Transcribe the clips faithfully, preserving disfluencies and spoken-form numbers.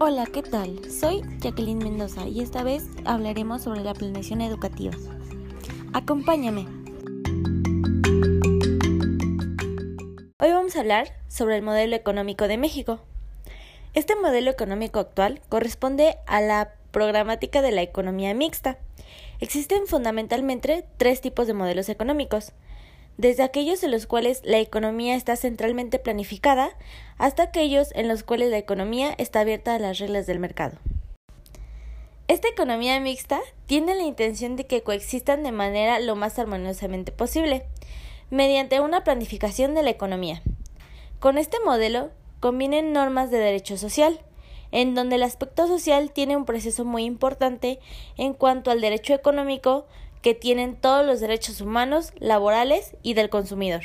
Hola, ¿qué tal? Soy Jacqueline Mendoza y esta vez hablaremos sobre la planeación educativa. Acompáñame. Hoy vamos a hablar sobre el modelo económico de México. Este modelo económico actual corresponde a la programática de la economía mixta. Existen fundamentalmente tres tipos de modelos económicos, desde aquellos en los cuales la economía está centralmente planificada hasta aquellos en los cuales la economía está abierta a las reglas del mercado. Esta economía mixta tiene la intención de que coexistan de manera lo más armoniosamente posible, mediante una planificación de la economía. Con este modelo convienen normas de derecho social, en donde el aspecto social tiene un proceso muy importante en cuanto al derecho económico que tienen todos los derechos humanos, laborales y del consumidor.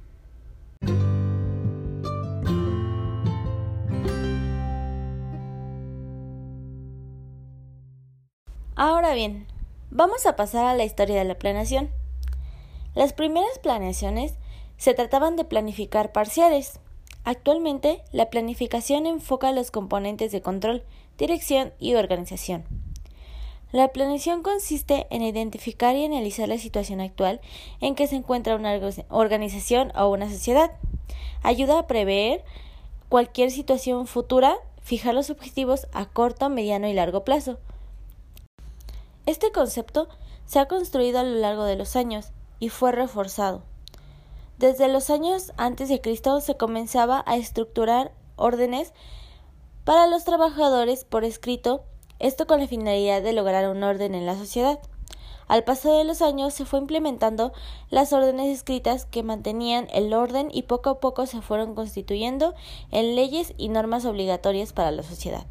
Ahora bien, vamos a pasar a la historia de la planeación. Las primeras planeaciones se trataban de planificar parciales. Actualmente, la planificación enfoca los componentes de control, dirección y organización. La planeación consiste en identificar y analizar la situación actual en que se encuentra una organización o una sociedad. Ayuda a prever cualquier situación futura, fijar los objetivos a corto, mediano y largo plazo. Este concepto se ha construido a lo largo de los años y fue reforzado. Desde los años antes de Cristo se comenzaba a estructurar órdenes para los trabajadores por escrito, esto con la finalidad de lograr un orden en la sociedad. Al paso de los años se fue implementando las órdenes escritas que mantenían el orden y poco a poco se fueron constituyendo en leyes y normas obligatorias para la sociedad.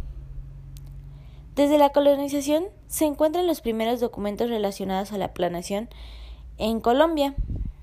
Desde la colonización se encuentran los primeros documentos relacionados a la planeación en Colombia.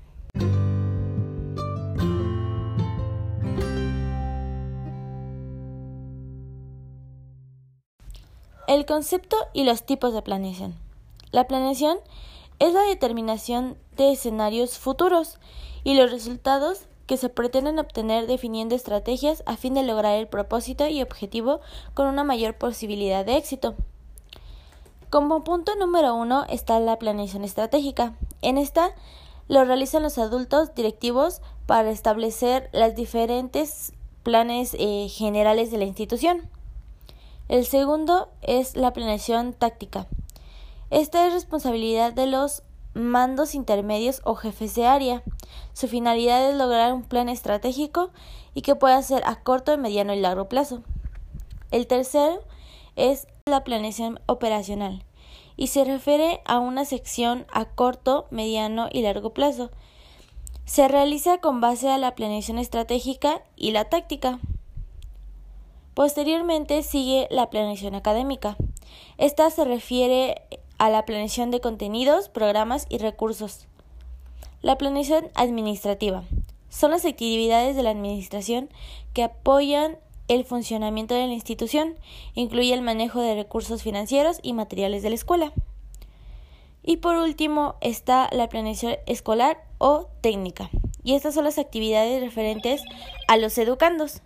El concepto y los tipos de planeación. La planeación es la determinación de escenarios futuros y los resultados que se pretenden obtener definiendo estrategias a fin de lograr el propósito y objetivo con una mayor posibilidad de éxito. Como punto número uno está la planeación estratégica. En esta lo realizan los adultos directivos para establecer los diferentes planes eh, generales de la institución. El segundo es la planeación táctica. Esta es responsabilidad de los mandos intermedios o jefes de área. Su finalidad es lograr un plan estratégico y que pueda ser a corto, mediano y largo plazo. El tercero es la planeación operacional y se refiere a una sección a corto, mediano y largo plazo. Se realiza con base a la planeación estratégica y la táctica. Posteriormente sigue la planeación académica. Esta se refiere a la planeación de contenidos, programas y recursos. La planeación administrativa son las actividades de la administración que apoyan el funcionamiento de la institución, incluye el manejo de recursos financieros y materiales de la escuela. Y por último está la planeación escolar o técnica, y estas son las actividades referentes a los educandos.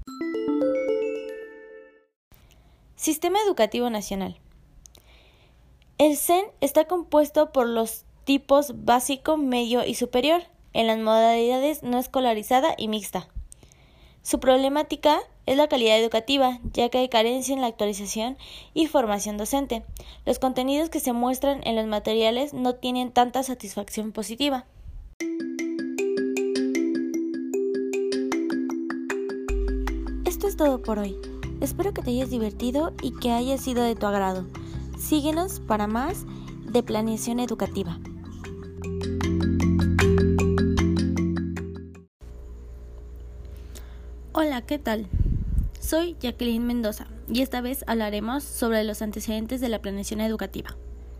Sistema Educativo Nacional. El C E N está compuesto por los tipos básico, medio y superior, en las modalidades no escolarizada y mixta. Su problemática es la calidad educativa, ya que hay carencia en la actualización y formación docente. Los contenidos que se muestran en los materiales no tienen tanta satisfacción positiva. Esto es todo por hoy. Espero que te hayas divertido y que haya sido de tu agrado. Síguenos para más de planeación educativa. Hola, ¿qué tal? Soy Jacqueline Mendoza y esta vez hablaremos sobre los antecedentes de la planeación educativa.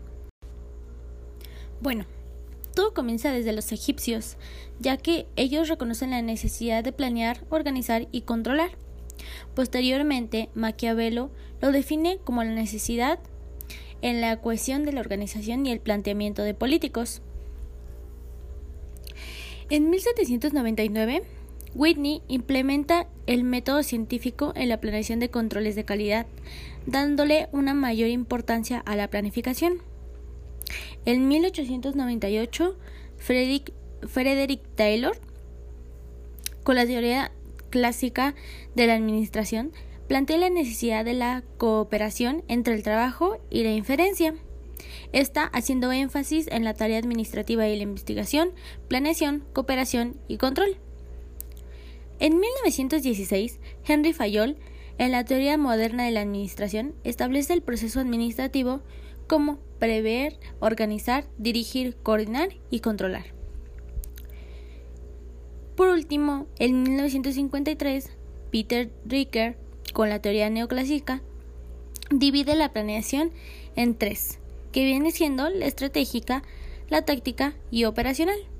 Bueno, todo comienza desde los egipcios, ya que ellos reconocen la necesidad de planear, organizar y controlar. Posteriormente, Maquiavelo lo define como la necesidad en la cohesión de la organización y el planteamiento de políticos. En mil setecientos noventa y nueve, Whitney implementa el método científico en la planeación de controles de calidad, dándole una mayor importancia a la planificación. En mil ochocientos noventa y ocho, Frederick, Frederick Taylor, con la teoría clásica de la administración, plantea la necesidad de la cooperación entre el trabajo y la inferencia. Está haciendo énfasis en la tarea administrativa y la investigación, planeación, cooperación y control. En mil novecientos dieciséis, Henry Fayol, en la teoría moderna de la administración, establece el proceso administrativo como prever, organizar, dirigir, coordinar y controlar. Por último, en mil novecientos cincuenta y tres, Peter Drucker, con la teoría neoclásica, divide la planeación en tres, que viene siendo la estratégica, la táctica y operacional.